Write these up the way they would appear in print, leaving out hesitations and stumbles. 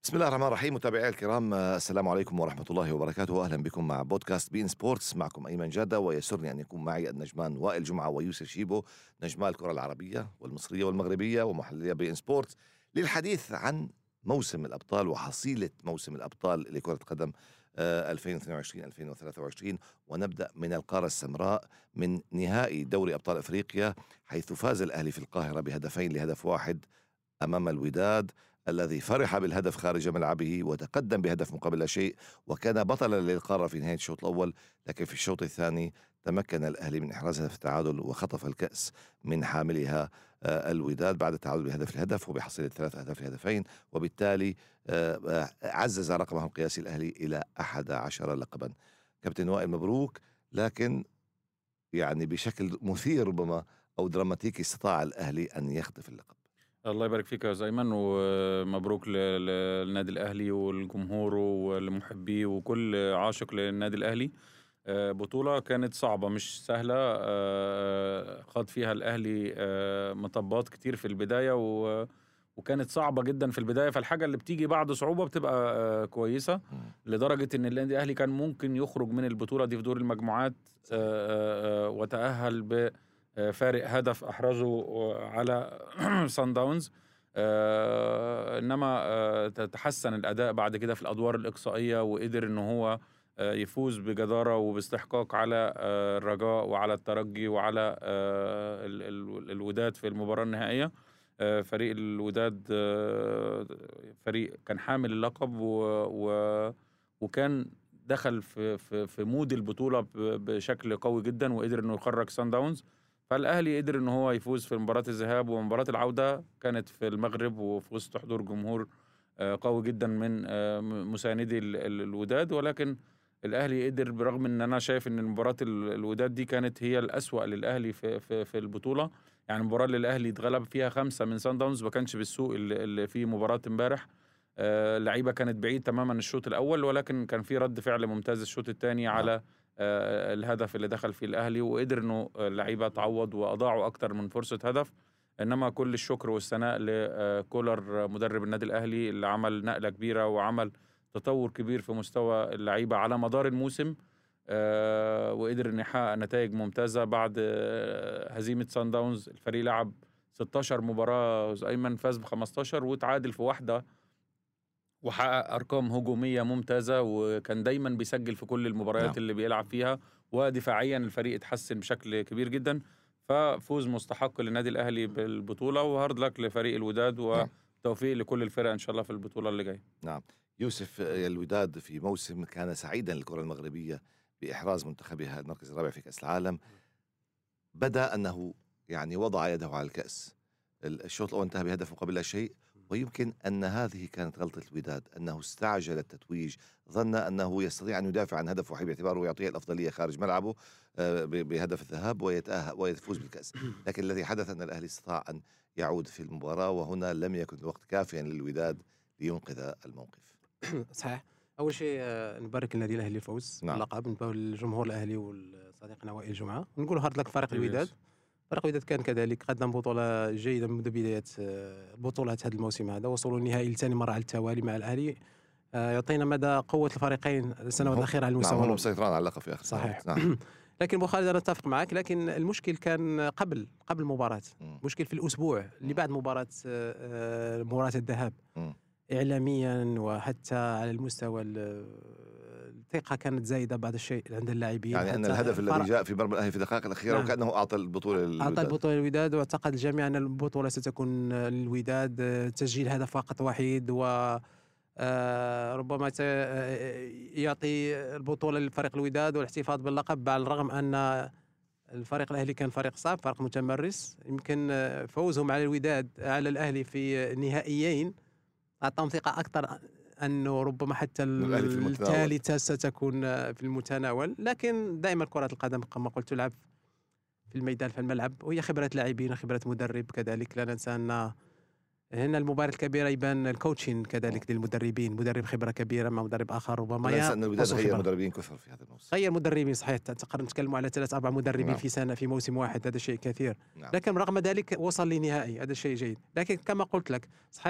بسم الله الرحمن الرحيم. متابعي الكرام، السلام عليكم ورحمة الله وبركاته. أهلا بكم مع بودكاست بين سبورتس. معكم أيمن جادة، ويسرني أن يكون معي النجمان وائل جمعة ويوسف شيبو، نجما الكرة العربية والمصرية والمغربية ومحللية بين سبورتس، للحديث عن موسم الأبطال وحصيلة موسم الأبطال لكرة قدم 2022-2023. ونبدأ من القارة السمراء، من نهائي دوري أبطال أفريقيا، حيث فاز الأهلي في القاهرة بهدفين لهدف واحد أمام الوداد، الذي فرح بالهدف خارج ملعبه وتقدم بهدف مقابل لا شيء، وكان بطلا للقارة في نهاية الشوط الأول. لكن في الشوط الثاني تمكن الأهلي من إحراز هدف التعادل وخطف الكأس من حاملها الوداد بعد التعادل بهدف الهدف وبحصيلة 3 أهداف لهدفين، وبالتالي عزز رقمه القياسي الأهلي إلى 11 لقبا. كابتن وائل، مبروك. لكن يعني بشكل مثير ربما أو دراماتيكي استطاع الأهلي أن يخطف اللقب. الله يبارك فيك يا أستاذ أيمن، ومبروك للنادي الأهلي والجمهور والمحبي وكل عاشق للنادي الأهلي. بطولة كانت صعبة مش سهلة، خاض فيها الأهلي مطبات كتير في البداية وكانت صعبة جدا في البداية، فالحاجة اللي بتيجي بعد صعوبة بتبقى كويسة، لدرجة إن النادي الأهلي كان ممكن يخرج من البطولة دي في دور المجموعات وتأهل بفارق هدف أحرزه على سان داونز. إنما تحسن الأداء بعد كده في الأدوار الإقصائية، وقدر إن هو يفوز بجدارة وباستحقاق على الرجاء وعلى الترجي وعلى الوداد في المباراة النهائية. فريق الوداد فريق كان حامل اللقب وكان دخل في مود البطولة بشكل قوي جدا، وقدر إنه يخرج سان داونز. فالأهلي قدر إن هو يفوز في مباراة الذهاب، ومباراة العودة كانت في المغرب وفي وسط حضور جمهور قوي جدا من مساندي الوداد. ولكن الأهلي قدر، برغم إن أنا شايف إن مباراة الوداد دي كانت هي الأسوأ للأهلي في البطولة. يعني المباراة اللي الأهلي اتغلب فيها 5 من سان داونز ما كانش بالسوء اللي في مباراة امبارح. اللعيبة كانت بعيد تماما الشوط الأول، ولكن كان في رد فعل ممتاز الشوط الثاني على الهدف اللي دخل فيه الأهلي، وقدر إنه اللعيبة تعوض وأضاعوا أكتر من فرصة هدف. إنما كل الشكر والثناء لكولر مدرب النادي الأهلي، اللي عمل نقلة كبيرة وعمل تطور كبير في مستوى اللعيبة على مدار الموسم، وقدر إن يحقق نتائج ممتازة بعد هزيمة سان داونز. الفريق لعب 16 مباراة أيمن، فاز ب15 وتعادل في واحدة، وحقق أرقام هجومية ممتازة، وكان دايما بيسجل في كل المباريات اللي بيلعب فيها، ودفاعيا الفريق اتحسن بشكل كبير جدا. ففوز مستحق للنادي الأهلي بالبطولة، وهارد لك لفريق الوداد، وتوفيق لكل الفرق إن شاء الله في البطولة اللي جاية. نعم يوسف، الوداد في موسم كان سعيدا للكرة المغربية بإحراز منتخبها المركز الرابع في كأس العالم. بدأ أنه يعني وضع يده على الكأس. الشوط الأول انتهى بهدف مقابل لا شيء، ويمكن أن هذه كانت غلطة الوداد، أنه استعجل التتويج، ظن أنه يستطيع أن يدافع عن هدف وحيد باعتباره يعطيه الأفضلية خارج ملعبه بهدف الذهاب ويفوز بالكأس. لكن الذي حدث أن الأهلي استطاع أن يعود في المباراة، وهنا لم يكن الوقت كافيا للوداد لينقذ الموقف. صحيح. أول شيء نبارك النادي الأهلي الفوز باللقب، نبارك الجمهور الأهلي والصديقنا وائل جمعة، ونقول هارد لك فريق الوداد. فريق الوداد كان كذلك قدم بطولة جيدة منذ بداية البطولات هذا الموسم هذا، وصلوا النهائي لثاني مرة على التوالي مع الأهلي. يعطينا مدى قوة الفريقين السنوات الأخيرة على المستوى. هم مسيطرون على اللقب في آخر. صحيح. لكن أبو خالد أنا أتفق معك، لكن المشكل كان قبل المباراة. مشكل في الأسبوع اللي بعد مباراة الذهاب. إعلاميا وحتى على المستوى الثقة كانت زايدة بعض الشيء عند اللاعبين. يعني أن الهدف الذي جاء في مرمى الأهلي في الدقائق الأخيرة وكأنه أعطى البطولة للوداد، واعتقد الجميع أن البطولة ستكون للوداد. تسجيل هدف فقط وحيد وربما يعطي البطولة للفريق الوداد والاحتفاظ باللقب، على الرغم أن الفريق الأهلي كان فريق صعب، فريق متمرس. يمكن فوزهم على الوداد على الأهلي في نهائيين أعطاهم ثقة أكثر أنه ربما حتى الثالثة ستكون في المتناول. لكن دائما كرة القدم كما قلت تلعب في الميدان، في الملعب، وهي خبرة لاعبين وخبرة مدرب كذلك. لا ننسى أن هنا المباراة الكبيرة يبان الكوتشين كذلك للمدربين، مدرب خبرة كبيرة مع مدرب آخر ربما. لا ننسى أن الوداد غير مدربين كثر في هذا الموسم، غير مدربين صحيح. نتكلم على 3-4 مدربين في سنة في موسم واحد، هذا شيء كثير. لكن رغم ذلك وصل لنهائي، هذا شيء جيد. لكن كما قلت لك صحيح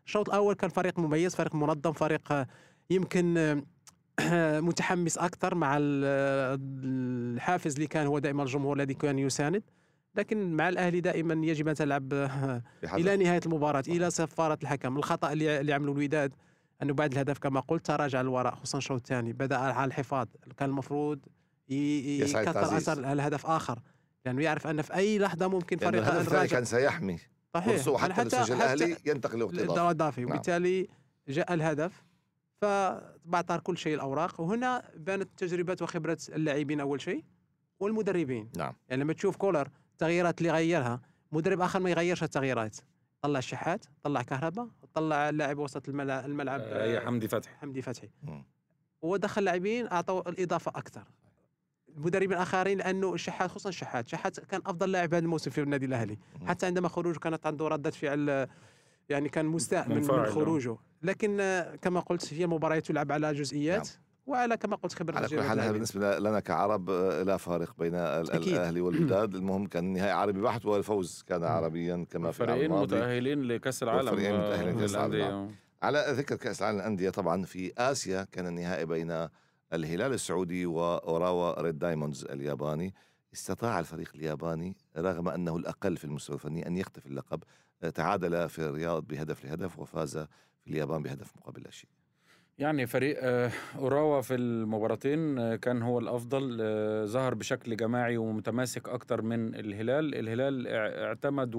الشوط الاول كان فريق مميز، فريق منظم، فريق يمكن متحمس اكثر مع الحافز اللي كان هو دائما الجمهور الذي كان يساند. لكن مع الاهلي دائما يجب ان تلعب الى نهايه المباراه، الى صفاره الحكم. الخطا اللي عملوا الوداد انه بعد الهدف كما قلت تراجع للوراء، خصوصا الشوط الثاني بدا على الحفاظ. كان المفروض يكثر اثر على هدف اخر، لانه يعرف ان في اي لحظه ممكن فريق الهدف الثاني كان سيحمي صحيح حتى لسجل الاهلي ينتقل لوقت اضافي. وبالتالي جاء الهدف، فبعثر كل شيء الاوراق. وهنا بانت تجربه وخبره اللاعبين اول شيء والمدربين. نعم. يعني لما تشوف كولر التغييرات اللي غيرها، مدرب اخر ما يغيرش التغييرات، طلع الشحات، طلع كهرباء، طلع لاعب وسط الملعب حمدي فتحي ودخل لاعبين اعطوا الاضافه اكثر. المدربين الاخرين لانه الشحات، خصوصا الشحات كان افضل لاعب هذا الموسم في النادي الاهلي، حتى عندما خروجه كانت عنده رده فعل، يعني كان مستاء من خروجه. لكن كما قلت هي مباريات تلعب على جزئيات. نعم. وعلى كما قلت خبرة. على كل حال بالنسبة لنا كعرب لا فارق بين الأهلي والوداد. المهم كان النهائي عربي بحت والفوز كان عربيا كما في العام الماضي. متأهلين لكأس العالم. فريقين متأهلين لكأس العالم. على ذكر كأس العالم الأندية، طبعا في آسيا كان النهائي بين الهلال السعودي وأوراوا ريد دايموندز الياباني. استطاع الفريق الياباني رغم أنه الأقل في المستوى الفني أن يخطف اللقب. تعادل في الرياض بهدف لهدف وفاز في اليابان بهدف مقابل لا شيء. يعني فريق أوراوا في المباراتين كان هو الأفضل، ظهر بشكل جماعي ومتماسك أكتر من الهلال اعتمد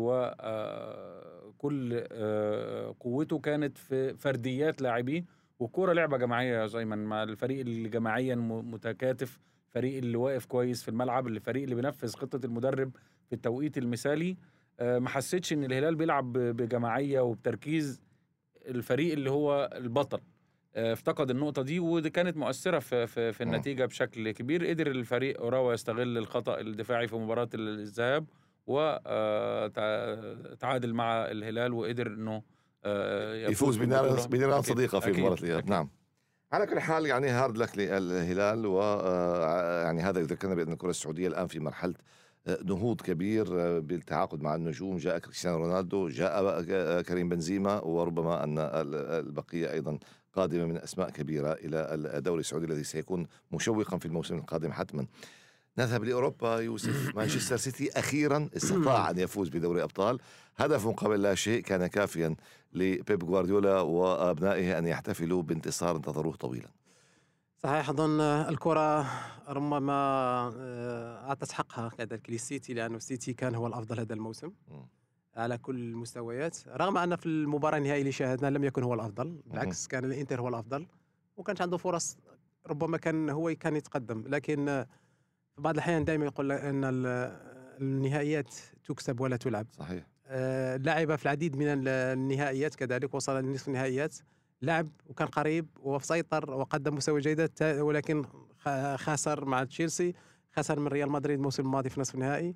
وكل قوته كانت في فرديات لاعبيه، والكورة لعبة جماعية زي مع الفريق اللي جماعيا متكاتف، فريق اللي واقف كويس في الملعب، الفريق اللي بينفذ خطة المدرب في التوقيت المثالي. ما حسيتش إن الهلال بيلعب بجماعية وبتركيز الفريق اللي هو البطل. افتقد النقطة دي، ودي كانت مؤثرة في النتيجة بشكل كبير. قدر الفريق أوراوا يستغل الخطأ الدفاعي في مباراة الذهاب وتعادل مع الهلال، وقدر انه يفوز بنيران صديقة في مباراة الإياب. نعم. على كل حال يعني هارد لك للهلال، ويعني هذا يذكرنا بأن الكرة السعودية الآن في مرحلة نهوض كبير بالتعاقد مع النجوم. جاء كريستيانو رونالدو، جاء كريم بنزيما، وربما أن البقية أيضا قادمة من أسماء كبيرة إلى الدوري السعودي الذي سيكون مشوقا في الموسم القادم حتما. نذهب لأوروبا يوسف. مانشستر سيتي أخيرا استطاع أن يفوز بدوري أبطال. هدف مقابل لا شيء كان كافيا لبيب غوارديولا وأبنائه أن يحتفلوا بانتصار انتظروه طويلا. صحيح. أظن الكرة ربما أعطت حقها كذلك للسيتي، لأنه السيتي كان هو الأفضل هذا الموسم على كل المستويات، رغم أن في المباراة النهائية اللي شاهدنا لم يكن هو الأفضل، بالعكس كان الإنتر هو الأفضل وكانش عنده فرص، ربما كان هو كان يتقدم. لكن في بعض الأحيان دائما يقول أن النهائيات تكسب ولا تلعب. صحيح. لعب في العديد من النهائيات، كذلك وصل لنصف النهائيات، لعب وكان قريب وسيطر وقدم مستوى جيد، ولكن خسر مع تشيلسي، خسر من ريال مدريد الموسم الماضي في نصف النهائي.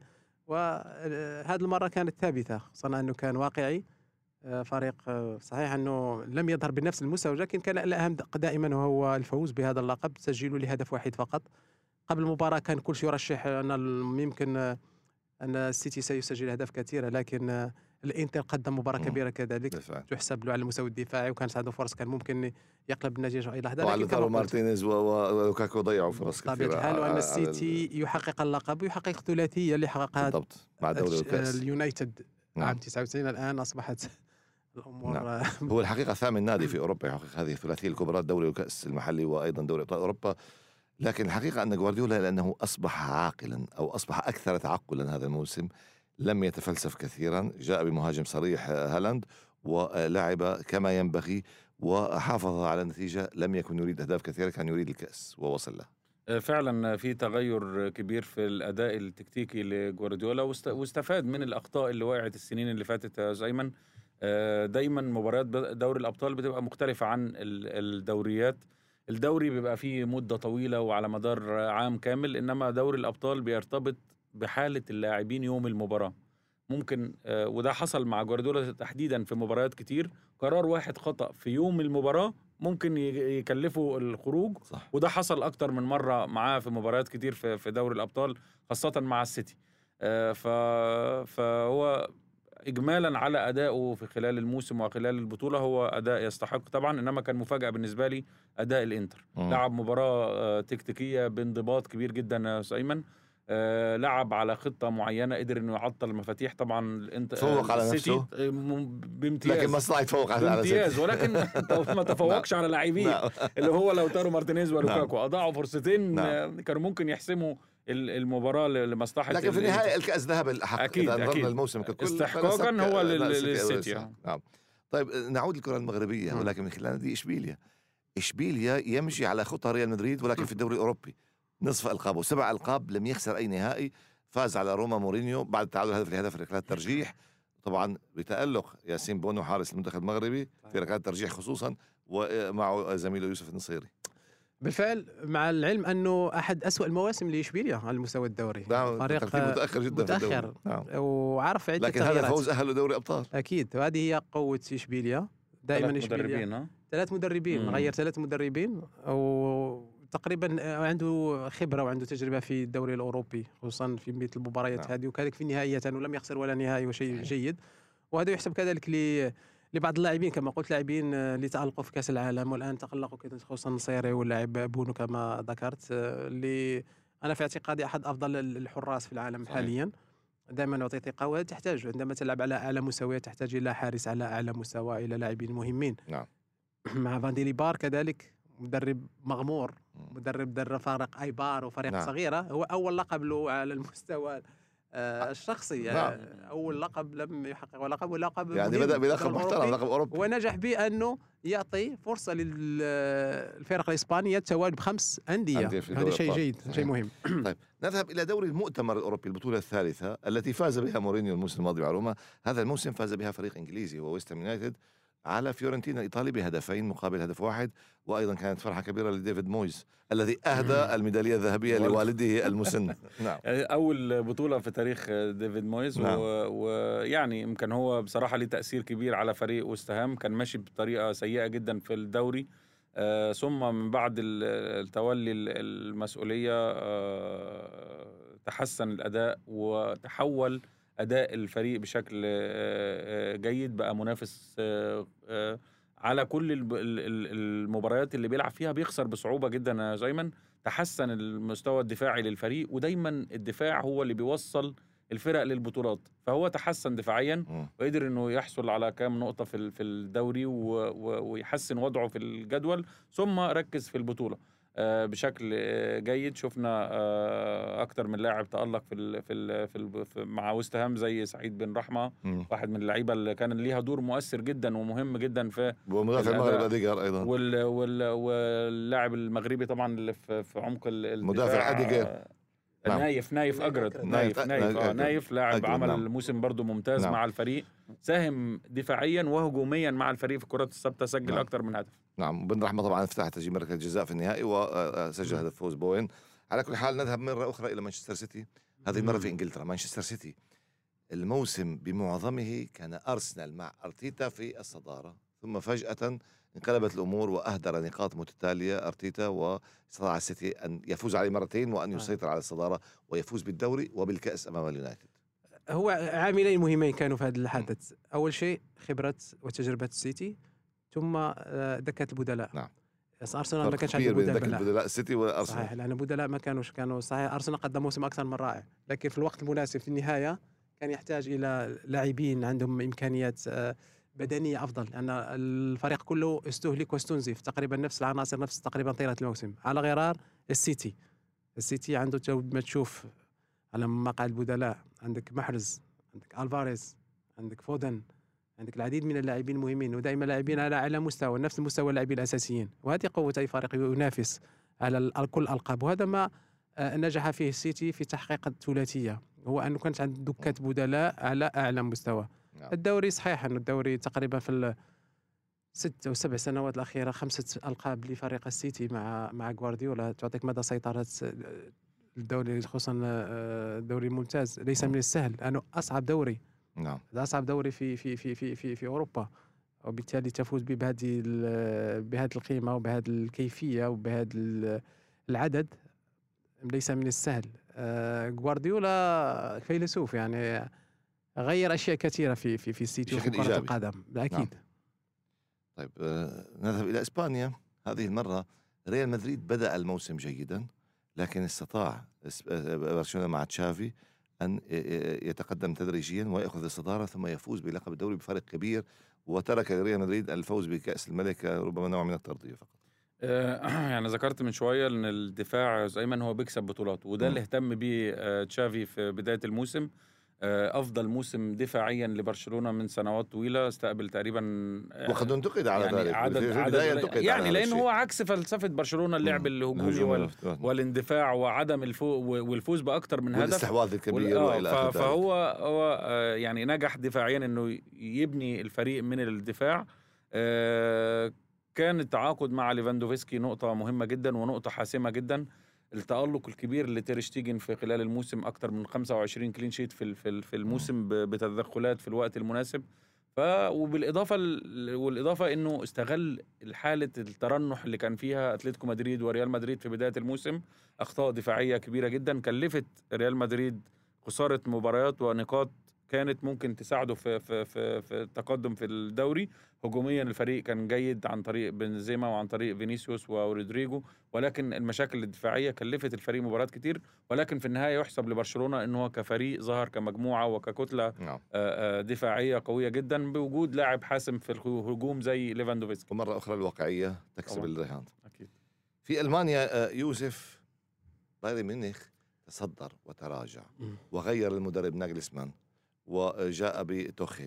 وهذه المرة كانت ثابتة، خصوصا أنه كان واقعي. فريق صحيح أنه لم يظهر بنفس المستوى، لكن كان الأهم دائما هو الفوز بهذا اللقب، تسجيله لهدف واحد فقط. قبل المباراة كان كل شيء يرشح أن يمكن أن السيتي سيسجل أهداف كثيرة، لكن الإنتر قدم مباراة كبيرة كذلك تحسب له على المستوى الدفاعي، وكان عنده فرص كان ممكن يقلب النتيجة في أي لحظة. لكن كما مارتينيز ولوكاكو ضيعوا فرص كثيرة. طبيعة الحال، وأن السيتي يحقق اللقب ويحقق الثلاثية اللي حققها بالضبط مع دوري الكأس اليونايتد عام 99. الآن أصبحت الأمور هو الحقيقة ثامن نادي في أوروبا يحقق هذه الثلاثية الكبرى، الدوري والكأس المحلي وأيضا دوري أبطال أوروبا. لكن الحقيقة أن غوارديولا لأنه أصبح عاقلا أو أصبح أكثر تعقلا هذا الموسم، لم يتفلسف كثيرا، جاء بمهاجم صريح هالاند ولعب كما ينبغي وحافظ على النتيجة. لم يكن يريد أهداف كثيرة، كان يريد الكأس ووصل له. فعلا في تغير كبير في الأداء التكتيكي لغوارديولا، واستفاد من الأخطاء اللي وقعت السنين اللي فاتت. زيما دايما مباريات دوري الأبطال بتبقى مختلفة عن الدوريات. الدوري بيبقى فيه مدة طويلة وعلى مدار عام كامل، إنما دوري الأبطال بيرتبط بحالة اللاعبين يوم المباراة. ممكن وده حصل مع غوارديولا تحديدا في مباريات كتير، قرار واحد خطأ في يوم المباراة ممكن يكلفه الخروج. صح. وده حصل أكتر من مرة معاه في مباريات كتير في دوري الأبطال، خاصة مع السيتي. فهو إجمالا على أدائه في خلال الموسم وخلال البطولة هو أداء يستحق طبعا، إنما كان مفاجأة بالنسبة لي أداء الإنتر. لعب مباراة تكتيكية بانضباط كبير جدا يا أيمن. لعب على خطة معينة، قدر إنه يعطل المفاتيح. طبعا الإنتر تفوق على السيتي نفسه بامتياز، لكن مصلحة يتفوق على بامتياز، ولكن ما تفوقش على لاعبين اللي هو لوتارو مارتينيز ولوكاكو. أضاعوا فرصتين كانوا ممكن يحسموا المباراة لمصلحة، لكن في النهاية الكأس ذهب الأحق. أكيد أكيد الموسم ككل استحقاقا هو للسيتي. نعم. طيب نعود للكرة المغربية، ولكن من خلال نادي إشبيليا يمشي على خطى ريال مدريد، ولكن في الدوري الأوروبي نصف ألقابه 7 ألقاب، لم يخسر أي نهائي. فاز على روما مورينيو بعد تعادل هدف لهدف ركلات الترجيح، طبعا بتألق ياسين بونو حارس المنتخب المغربي في ركلات الترجيح خصوصا، ومعه زميله يوسف النصيري. بالفعل، مع العلم أنه أحد أسوأ المواسم لإشبيليا على المستوى الدوري. فريق متأخر جدا متأخر في الدوري. وعرف عدة لكن هذا فوز أهله دوري أبطال. أكيد، وهذه هي قوة إشبيليا. دائما إشبيليا 3 مدربين، غير 3 مدربين، وتقريبا عنده خبرة وعنده تجربة في الدوري الأوروبي، خصوصا في مثل المباريات هذه، وكذلك في النهائيات ولم يخسر ولا نهائي، وشيء جيد. وهذا يحسب كذلك لبعض اللاعبين كما قلت، لاعبين اللي تألقوا في كأس العالم والآن تألقوا، خصوصا النصيري واللاعب بونو كما ذكرت، اللي أنا في اعتقادي أحد أفضل الحراس في العالم حاليا. دائما يعطي ثقة، وهذا تحتاج عندما تلعب على أعلى مستوى، تحتاج إلى حارس على أعلى مستوى، إلى لاعبين مهمين. نعم. مع فانديلي بار كذلك مدرب مغمور، مدرب درب فرق أيبار وفريق صغيرة، هو أول لقب له على المستوى الشخصي. أول لقب لم يحقق لقب، ولقب يعني بدأ بلقب محترم، لقب أوروبي، ونجح بأنه يعطي فرصة للفرق الإسبانية التواجد ب5 أندية. هذا شيء جيد، شيء مهم. طيب نذهب إلى دوري المؤتمر الأوروبي، البطولة الثالثة التي فاز بها مورينيو الموسم الماضي مع روما. هذا الموسم فاز بها فريق إنجليزي هو ويست هام يونايتد على فيورنتينا الإيطالي بهدفين مقابل هدف واحد. وأيضا كانت فرحة كبيرة لديفيد مويز الذي أهدى الميدالية الذهبية لوالده المسن. نعم. أول بطولة في تاريخ ديفيد مويز. نعم. ويعني يمكن هو بصراحة ليه تأثير كبير على فريق ويست هام، كان ماشي بطريقة سيئة جدا في الدوري، ثم من بعد التولي المسؤولية تحسن الأداء وتحول أداء الفريق بشكل جيد، بقى منافس على كل المباريات اللي بيلعب فيها، بيخسر بصعوبة جدا يا زيمن. تحسن المستوى الدفاعي للفريق، ودايما الدفاع هو اللي بيوصل الفرق للبطولات، فهو تحسن دفاعيا وقدر انه يحصل على كام نقطة في الدوري ويحسن وضعه في الجدول، ثم ركز في البطولة بشكل جيد. شفنا اكتر من لاعب تألق مع ويست هام زي سعيد بن رحمة، واحد من اللعيبه اللي كان ليها دور مؤثر جدا ومهم جدا في ومدافع المغرب أديجار ايضا، واللاعب المغربي طبعا اللي في عمق المدافع أديجار. نايف أجرد. نايف لاعب عمل موسم برضو ممتاز مع الفريق، ساهم دفاعيا وهجوميا مع الفريق في كرات الثابته، سجل اكتر من هدف. نعم. بن رحمة طبعا افتتح تسجيل مركز الجزاء في النهائي وسجل هدف فوز بوين. على كل حال نذهب مرة أخرى إلى مانشستر سيتي، هذه المرة في إنجلترا. مانشستر سيتي الموسم بمعظمه كان أرسنال مع أرتيتا في الصدارة، ثم فجأة انقلبت الأمور وأهدر نقاط متتالية أرتيتا، واستطاع السيتي أن يفوز عليه مرتين وأن يسيطر على الصدارة ويفوز بالدوري وبالكأس أمام اليونايتد. هو عاملين مهمين كانوا في هذا الحدث. أول شيء خبرة وتجربة السيتي، ثم دكة البدلاء. نعم. أرسنال ما كانش عنده بدلاء السيتي والأرسنال. صحيح، لأن البدلاء ما كانوا صحيح. أرسنال قدم موسم أكثر من رائع، لكن في الوقت المناسب في النهاية كان يحتاج إلى لاعبين عندهم إمكانيات بدنية أفضل، لأن الفريق كله استهلك واستنزف تقريبا نفس العناصر، نفس تقريبا طيلة الموسم، على غرار السيتي عنده ما تشوف على مقاعد البدلاء، عندك محرز، عندك ألفاريز، عندك فودن، عندك العديد من اللاعبين المهمين، ودائما لاعبين على مستوى نفس المستوى اللاعبين الأساسيين، وهذه قوة أي فريق ينافس على كل الألقاب. وهذا ما نجح فيه السيتي في تحقيق الثلاثية، هو أنه كانت عند دكة بدلاء على أعلى مستوى. الدوري صحيح أنه الدوري تقريبا في 6 أو 7 سنوات الأخيرة 5 ألقاب لفريق السيتي مع غوارديولا، تعطيك مدى سيطرة الدوري، خصوصا الدوري الممتاز ليس من السهل، لأنه أصعب دوري. نعم. أصعب دوري في أوروبا، وبالتالي تفوز بهذه القيمة وبهذه الكيفية وبهذا العدد ليس من السهل. غوارديولا فيلسوف، يعني غير اشياء كثيره في السيتي وفي بشكل كره إيجابي. القدم اكيد. طيب نذهب إلى إسبانيا. هذه المرة ريال مدريد بدأ الموسم جيدا، لكن استطاع برشلونة مع تشافي أن يتقدم تدريجيا ويأخذ الصدارة ثم يفوز بلقب الدوري بفرق كبير، وترك ريال مدريد الفوز بكأس الملك ربما نوع من الترضية فقط. يعني ذكرت من شوية ان الدفاع دايما هو بيكسب بطولات، وده اللي اهتم بيه تشافي في بداية الموسم. افضل موسم دفاعيا لبرشلونة من سنوات طويلة، استقبل تقريبا وقد انتقد على يعني ذلك عدد في البداية عدد انتقد يعني على لان هذا هو عكس فلسفة برشلونة، اللعب الهجومي الهجوم والاندفاع وعدم والفوز باكتر من هدف والاستحواذ الكبير والى اخر ذلك. فهو يعني نجح دفاعيا انه يبني الفريق من الدفاع. كان التعاقد مع ليفاندوفسكي نقطة مهمة جدا ونقطة حاسمة جدا. التألق الكبير لتير شتيجن في خلال الموسم، أكتر من 25 كلين شيت في الموسم بتدخلات في الوقت المناسب. والإضافة إنه استغل حالة الترنح اللي كان فيها أتلتيكو مدريد وريال مدريد في بداية الموسم. أخطاء دفاعية كبيرة جدا كلفت ريال مدريد خسارة مباريات ونقاط كانت ممكن تساعده في التقدم في الدوري. هجوميا الفريق كان جيد عن طريق بنزيما وعن طريق فينيسيوس ورودريجو، ولكن المشاكل الدفاعية كلفت الفريق مباريات كتير. ولكن في النهاية يحسب لبرشلونة انه هو كفريق ظهر كمجموعة وككتلة دفاعية قوية جدا بوجود لاعب حاسم في الهجوم زي ليفاندوفسكي. ومرة أخرى الواقعية تكسب الرهان. أكيد. في ألمانيا يوسف، بايرن ميونخ تصدر وتراجع وغير المدرب ناجلسمان وجاء بتوخيل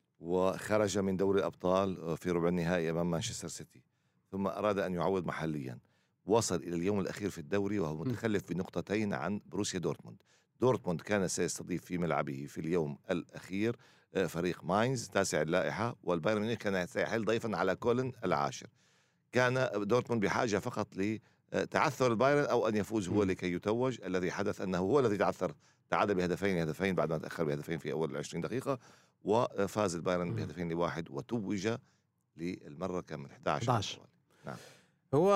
وخرج من دوري الأبطال في ربع النهائي أمام مانشستر سيتي، ثم أراد أن يعوض محليا. وصل إلى اليوم الأخير في الدوري وهو متخلف بنقطتين عن بروسيا دورتموند. دورتموند كان سيستضيف في ملعبه في اليوم الأخير فريق ماينز تاسع اللائحة، والبايرن ميونخ كان سيحل ضيفا على كولن العاشر. كان دورتموند بحاجة فقط لتعثر البايرن أو أن يفوز هو لكي يتوج. الذي حدث أنه هو الذي تعثر، تعادل بهدفين بعد ما تأخر بهدفين في أول 20 دقيقة، وفاز البايرن ب2-1 وتوج للمرة كم من 11. نعم. هو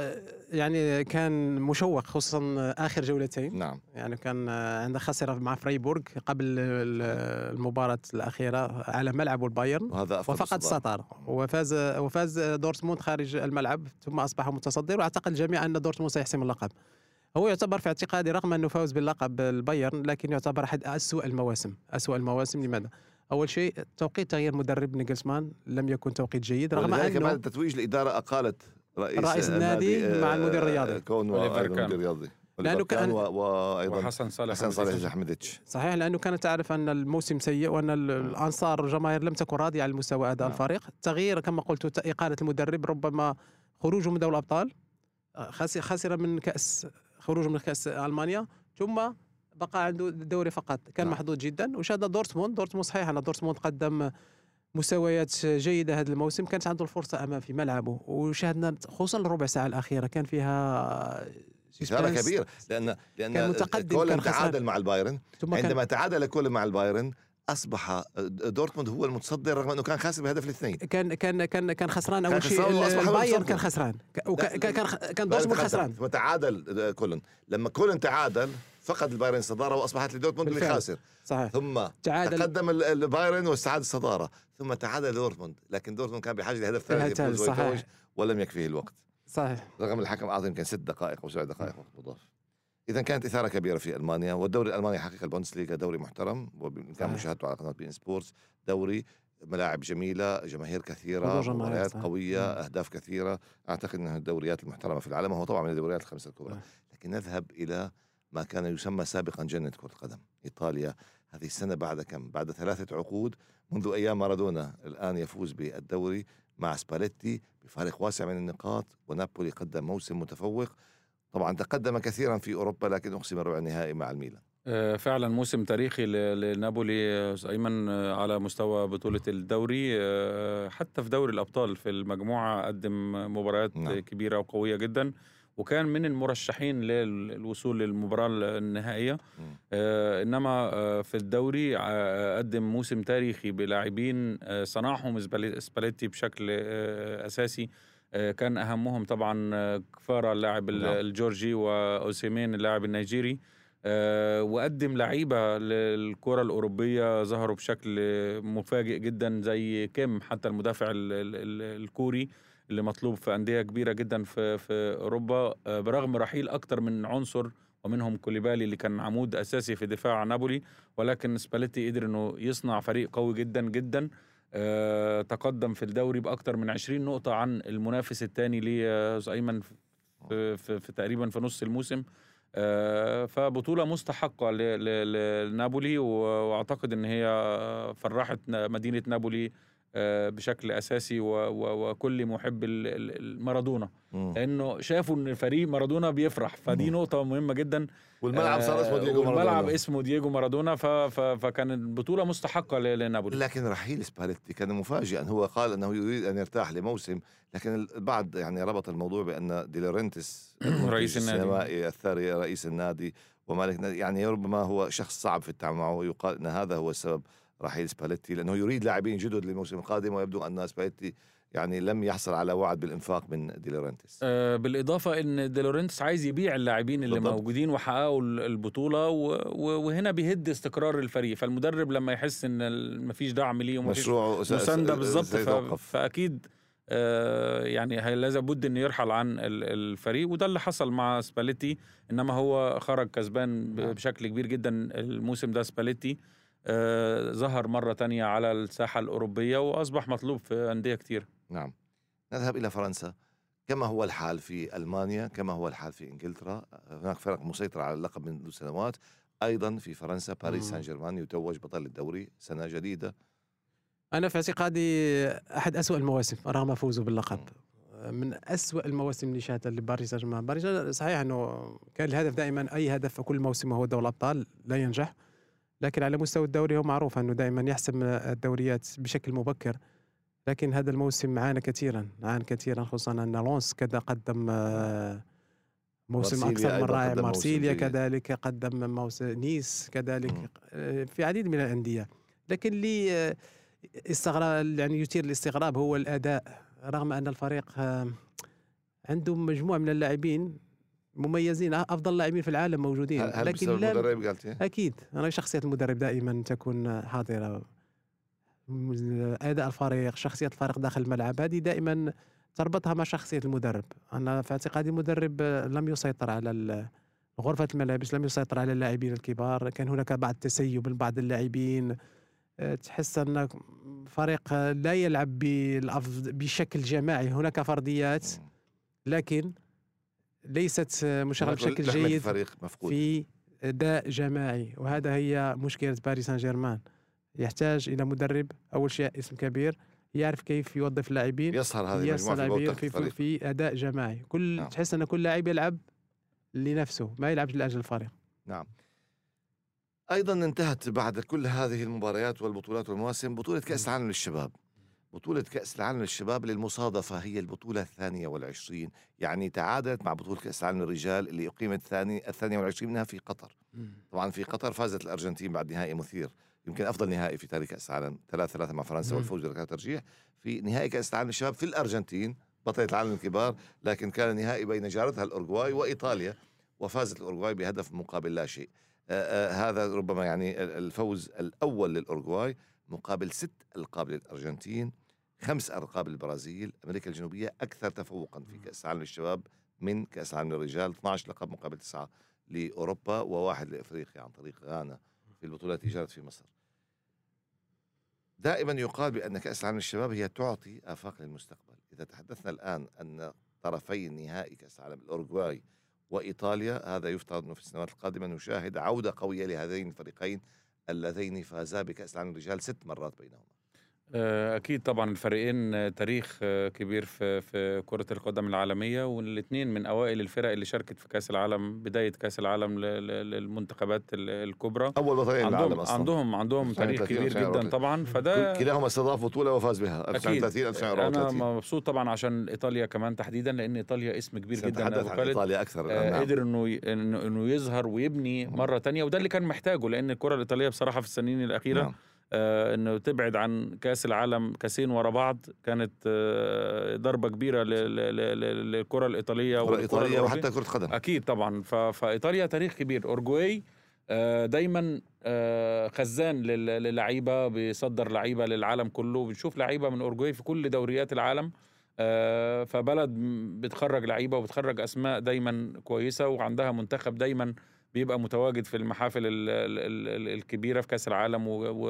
يعني كان مشوق خصوصا آخر جولتين. نعم. يعني كان عنده خسر مع فرايبورغ قبل المباراة الأخيرة على ملعب البايرن وفقد السطر، وفاز دورتموند خارج الملعب، ثم أصبح متصدر. وأعتقد الجميع أن دورتموند سيحسم اللقب. هو يعتبر في اعتقادي رغم أنه فاز باللقب البايرن، لكن يعتبر أحد أسوأ المواسم. لماذا؟ أول شيء توقيت تغيير مدرب نيجلسمان لم يكن توقيت جيد، رغم أنه بعد التتويج الإدارة أقالت رئيس النادي مع المدير الرياضي كون والمدير الرياضي لأنه كان وأيضا حسن صالح زحمدتش. صحيح، لأنه كانت تعرف أن الموسم سيء وأن الأنصار والجماهير لم تكن راضية على مستوى أداء الفريق. تغيير كما قلت، إقالة المدرب، ربما خروجه من دوري الأبطال، خسر من خروجه من كأس ألمانيا، ثم بقى عنده الدوري فقط. كان محظوظ جدا. وشاهد دورتموند صحيح أن دورتموند قدم مستويات جيدة هذا الموسم، كانت عنده الفرصة أمام في ملعبه، وشاهدنا خصوصا الربع ساعة الأخيرة كان فيها إثارة كبيرة، لأن كولن تعادل مع البايرن. عندما تعادل كولن مع البايرن أصبح دورتموند هو المتصدر رغم أنه كان خاسر بهدف الاثنين. كان خسران أول شيء. البايرن كان خسران، كان دورتموند خسران وتعادل كولن. لما كولن تعادل فقد البايرن الصدارة وأصبحت لدورتموند اللي خاسر. صحيح. ثم تقدم البايرن واستعاد الصدارة، ثم تعادل دورتموند، لكن دورتموند كان بحاجة لهدف ثالث يفوز ويتوج ولم يكفيه الوقت. صحيح. رغم الحكم أعطى يمكن 6 دقائق أو 7 دقائق وقت مضاف. إذا كانت إثارة كبيرة في ألمانيا، والدوري الألماني حقيقة البوندسليغا دوري محترم وكان مشاهدته على قناة بين سبورتس. دوري ملاعب جميلة، جماهير كثيرة، مباريات قوية، أهداف كثيرة. أعتقد أنها الدوريات المحترمة في العالم، وهو طبعا من الدوريات الخمسة الكبرى. لكن نذهب إلى ما كان يسمى سابقا جنة كرة القدم، إيطاليا. هذه السنة بعد 3 عقود منذ أيام مارادونا، الآن يفوز بالدوري مع سباليتي بفارق واسع من النقاط، ونابولي قدم موسم متفوق. طبعا تقدم كثيرا في أوروبا لكن أقسم ربع النهائي مع الميلان. فعلا موسم تاريخي لنابولي أيمن على مستوى بطولة الدوري. حتى في دوري الأبطال في المجموعة قدم مباريات كبيرة وقوية جدا، وكان من المرشحين للوصول للمباراة النهائية. إنما في الدوري قدم موسم تاريخي بلاعبين صنعهم سباليتي بشكل أساسي. كان أهمهم طبعا كفارا اللاعب الجورجي، وأوسيمين اللاعب النيجيري. وقدم لعيبة للكرة الأوروبية ظهروا بشكل مفاجئ جدا، زي كيم حتى المدافع الكوري اللي مطلوب في أندية كبيرة جدا في أوروبا، برغم رحيل أكتر من عنصر ومنهم كوليبالي اللي كان عمود أساسي في دفاع نابولي، ولكن سباليتي قدر أنه يصنع فريق قوي جدا جدا. تقدم في الدوري بأكتر من 20 نقطة عن المنافس الثاني ليه أيمن في تقريبا في نص الموسم. فبطولة مستحقة لنابولي، واعتقد ان هي فرحت مدينة نابولي بشكل اساسي وكل محب مارادونا، لانه شافوا ان فريق مارادونا بيفرح، فدي نقطة مهمة جدا. والملعب صار اسمه دييغو مارادونا، والملعب اسمه دييغو مارادونا، فكان البطولة مستحقة لنابولي. لكن رحيل سباليتي كان مفاجئا، هو قال انه يريد ان يرتاح لموسم، لكن البعض يعني ربط الموضوع بان دي لورنتس رئيس السينمائي الثري رئيس النادي ومالك يعني ربما هو شخص صعب في التعامل معه، ويقال ان هذا هو السبب رحيل سباليتي، لانه يريد لاعبين جدد للموسم القادم، ويبدو ان سباليتي يعني لم يحصل على وعد بالانفاق من دي لورنتس. بالاضافه ان دي لورنتس عايز يبيع اللاعبين اللي بالضبط موجودين وحققوا البطوله، وهنا بيهد استقرار الفريق، فالمدرب لما يحس ان مفيش دعم ليه ومفيش مسانده بالظبط، فاكيد يعني لابد انه يرحل عن الفريق، وده اللي حصل مع سباليتي. انما هو خرج كسبان بشكل كبير جدا الموسم ده. سباليتي ظهر مرة تانية على الساحة الأوروبية وأصبح مطلوب في أندية كتير. نعم. نذهب إلى فرنسا. كما هو الحال في ألمانيا، كما هو الحال في إنجلترا، هناك فرق مسيطرة على اللقب منذ سنوات. أيضا في فرنسا باريس سان جيرمان يتوج بطل الدوري سنة جديدة. أنا في اعتقادي أحد أسوأ المواسم رغم فوزه باللقب. من أسوأ المواسم اللي شاهدتها لباريس سان جيرمان. باريس صحيح أنه كان الهدف دائما، أي هدف في كل موسم هو دوري الأبطال لا ينجح، لكن على مستوى الدوري هو معروف أنه دائما يحسم الدوريات بشكل مبكر. لكن هذا الموسم عانى كثيرا خصوصا أن لونس كذا قدم موسم أكثر من رائع، مارسيليا كذلك قدم موسم، نيس كذلك، في عديد من الأندية. لكن اللي استغراب يعني يثير الاستغراب هو الأداء، رغم أن الفريق عنده مجموعة من اللاعبين مميزين، أفضل لاعبين في العالم موجودين. هل لكن المدرب قالت أكيد أنا شخصية المدرب دائما تكون حاضرة، أداء الفريق، شخصية الفريق داخل الملعب، هذه دائما تربطها مع شخصية المدرب. أنا في اعتقادي المدرب لم يسيطر على غرفة الملابس، لم يسيطر على اللاعبين الكبار، كان هناك بعض التسيب من بعض اللاعبين، تحس أن فريق لا يلعب بشكل جماعي، هناك فرديات لكن ليست مشغلة بشكل جيد في أداء جماعي، وهذا هي مشكلة باريس سان جيرمان. يحتاج إلى مدرب أول شيء اسم كبير يعرف كيف يوظف اللاعبين، يسهر هذه المجموعة في أداء جماعي. نعم. تحس أن كل لاعب يلعب لنفسه، ما يلعب لأجل الفريق. نعم. أيضا انتهت بعد كل هذه المباريات والبطولات والمواسم بطولة كأس العالم للشباب. بطولة كأس العالم للشباب للمصادفة هي البطولة 22، يعني تعادلت مع بطولة كأس العالم للرجال اللي أقيمت 22 منها في قطر. طبعا في قطر فازت الأرجنتين بعد نهائي مثير، يمكن أفضل نهائي في تاريخ كأس العالم، 3-3 مع فرنسا والفوز بركلات ترجيح في نهائي كأس العالم للشباب في الأرجنتين بطلة العالم الكبار، لكن كان نهائي بين جارتها الأورغواي وإيطاليا، وفازت الأورغواي بهدف مقابل لا شيء. هذا ربما يعني الفوز الأول للأورغواي مقابل 6 ألقاب للأرجنتين، 5 ألقاب للبرازيل. أمريكا الجنوبية أكثر تفوقا في كأس العالم للشباب من كأس العالم للرجال، 12 لقب مقابل 9 لأوروبا و1 لأفريقيا عن طريق غانا في البطولات التي جرت في مصر. دائما يقال بأن كأس العالم للشباب هي تعطي آفاق للمستقبل. إذا تحدثنا الآن أن طرفي نهائي كأس العالم الأورغواي وإيطاليا، هذا يفترض أنه في السنوات القادمة نشاهد عودة قوية لهذين الفريقين اللذين فازا بكأس العالم للرجال 6 مرات بينهما. أكيد طبعا الفريقين تاريخ كبير في كرة القدم العالمية، والاثنين من أوائل الفرق اللي شاركت في كأس العالم، بداية كأس العالم للمنتخبات الكبرى، أول بطلين العالم أصلا. عندهم تاريخ كبير جدا طبعا. فده كلاهما استضاف بطولة وفاز بها 1930 أنا مبسوط طبعا عشان إيطاليا كمان تحديدا، لأن إيطاليا اسم كبير جدا. إيطاليا أكثر قدر إنه يظهر ويبني مرة تانية، وده اللي كان محتاجه، لأن الكرة الإيطالية بصراحة في السنين الأخيرة انه تبعد عن كاس العالم كاسين ورا بعض كانت ضربه كبيره للكره الايطاليه والكره الايطاليه وحتى كره قدم. اكيد طبعا. فايطاليا تاريخ كبير. اورجواي دايما خزان للعيبه، بيصدر لعيبه للعالم كله. بنشوف لعيبه من اورجواي في كل دوريات العالم. فبلد بتخرج لعيبه وبتخرج اسماء دايما كويسه، وعندها منتخب دايما بيبقى متواجد في المحافل الكبيره، في كاس العالم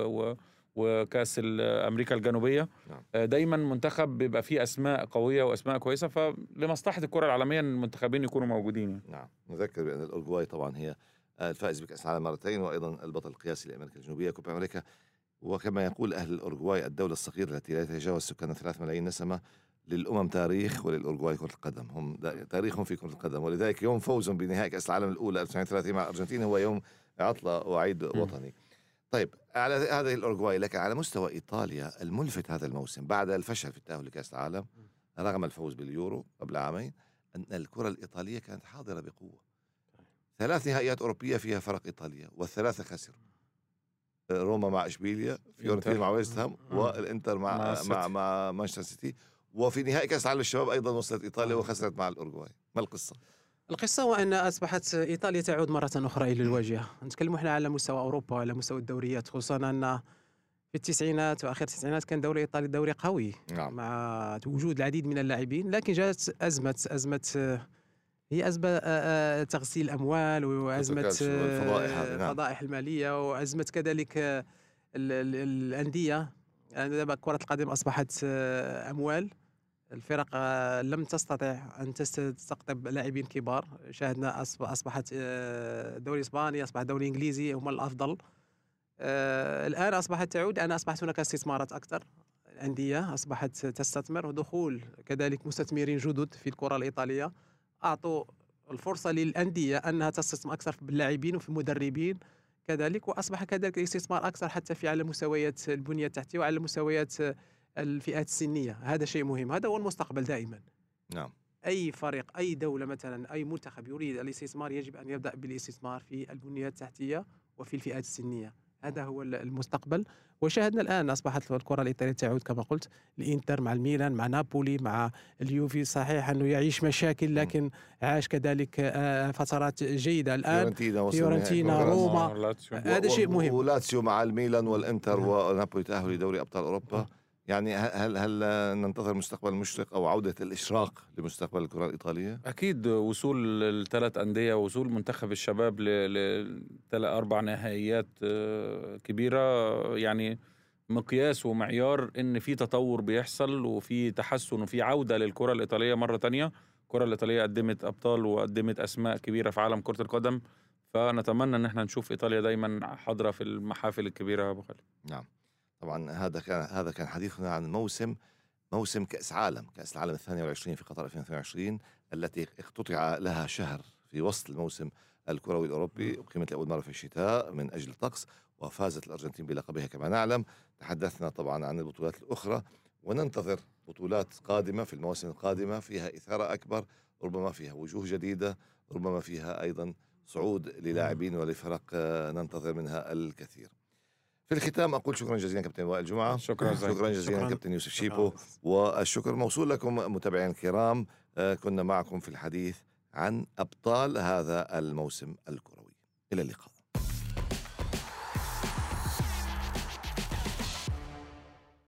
وكاس امريكا الجنوبيه. دايما منتخب بيبقى فيه اسماء قويه واسماء كويسه، فلمصلحه الكره العالميه ان المنتخبين يكونوا موجودين يعني. نعم، نذكر بان الاورجواي طبعا هي الفائز بكاس العالم مرتين، وايضا البطل القياسي لامريكا الجنوبيه كوبا امريكا. وكما يقول اهل الاورجواي الدوله الصغيره التي لا يتجاوز سكانها 3 ملايين نسمه، للامم تاريخ وللاورجواي كره القدم. هم تاريخهم في كره القدم، ولذلك يوم فوزهم بنهائي كاس العالم الاولى 1930 مع الارجنتين هو يوم عطله وعيد وطني. طيب، على هذه الأورجواي، لكن على مستوى إيطاليا الملفت هذا الموسم بعد الفشل في التأهل لكأس العالم رغم الفوز باليورو قبل عامين، أن الكرة الإيطالية كانت حاضرة بقوة. 3 نهائيات أوروبية فيها فرق إيطاليا، والثلاثة خسروا. روما مع إشبيليا، فيورنتينا مع ويست هام، والإنتر مع مانشستر سيتي. وفي نهائي كأس العالم للشباب أيضا وصلت إيطاليا وخسرت مع الأورجواي. ما القصة؟ القصة هو أن أصبحت إيطاليا تعود مرة أخرى إلى الواجهة. نتكلم احنا على مستوى أوروبا وعلى مستوى الدوريات، خصوصا أن في التسعينات وآخر التسعينات كان دوري إيطالي دوري قوي. نعم. مع وجود العديد من اللاعبين، لكن جاءت أزمة هي أزمة تغسيل الأموال، وأزمة الفضائح المالية، وأزمة كذلك الأندية. يعني دابا كرة القدم أصبحت أموال. الفرق لم تستطع أن تستقطب لاعبين كبار. شاهدنا أصبحت دوري إسباني، أصبح دوري إنجليزي هم الأفضل. الآن أصبحت تعود، أنا أصبحت هناك استثمارات أكثر. الأندية أصبحت تستثمر، ودخول كذلك مستثمرين جدد في الكرة الإيطالية أعطوا الفرصة للأندية أنها تستثمر أكثر باللاعبين وفي المدربين كذلك، وأصبح كذلك الاستثمار أكثر حتى في على مستويات البنية التحتية وعلى مستويات الفئات السنية. هذا شيء مهم، هذا هو المستقبل دائما. نعم. أي فريق، أي دولة مثلا، أي منتخب يريد الاستثمار يجب أن يبدأ بالاستثمار في البنية التحتية وفي الفئات السنية. هذا هو المستقبل. وشاهدنا الآن أصبحت الكرة الإيطالية تعود كما قلت، الإنتر مع الميلان مع نابولي مع اليوفي. صحيح أنه يعيش مشاكل، لكن عاش كذلك فترات جيدة. الآن فيورنتينا روما، هذا شيء مهم. ولاتسيو مع الميلان والإنتر ونابولي تأهلوا لدوري أبطال أوروبا. يعني هل ننتظر مستقبل مشرق أو عودة الإشراق لمستقبل الكرة الإيطالية؟ أكيد وصول ال3 أندية، وصول منتخب الشباب ل4 نهائيات كبيرة، يعني مقياس ومعيار إن في تطور بيحصل وفي تحسن وفي عودة للكرة الإيطالية مرة تانية. الكرة الإيطالية قدمت أبطال وقدمت أسماء كبيرة في عالم كرة القدم، فنتمنى إن احنا نشوف إيطاليا دايما حاضرة في المحافل الكبيرة يا أبو خالد. نعم طبعا. هذا كان حديثنا عن موسم كأس العالم 22 في قطر 2022، التي اقتطع لها شهر في وسط الموسم الكروي الأوروبي، أقيمت لأول مرة في الشتاء من أجل الطقس، وفازت الأرجنتين بلقبها كما نعلم. تحدثنا طبعا عن البطولات الأخرى، وننتظر بطولات قادمة في المواسم القادمة فيها إثارة أكبر، ربما فيها وجوه جديدة، ربما فيها أيضا صعود للاعبين ولفرق ننتظر منها الكثير. في الختام أقول شكرا جزيلا كابتن وائل جمعة. شكرا جزيلا كابتن يوسف شيبو. والشكر موصول لكم متابعين الكرام. كنا معكم في الحديث عن أبطال هذا الموسم الكروي. إلى اللقاء.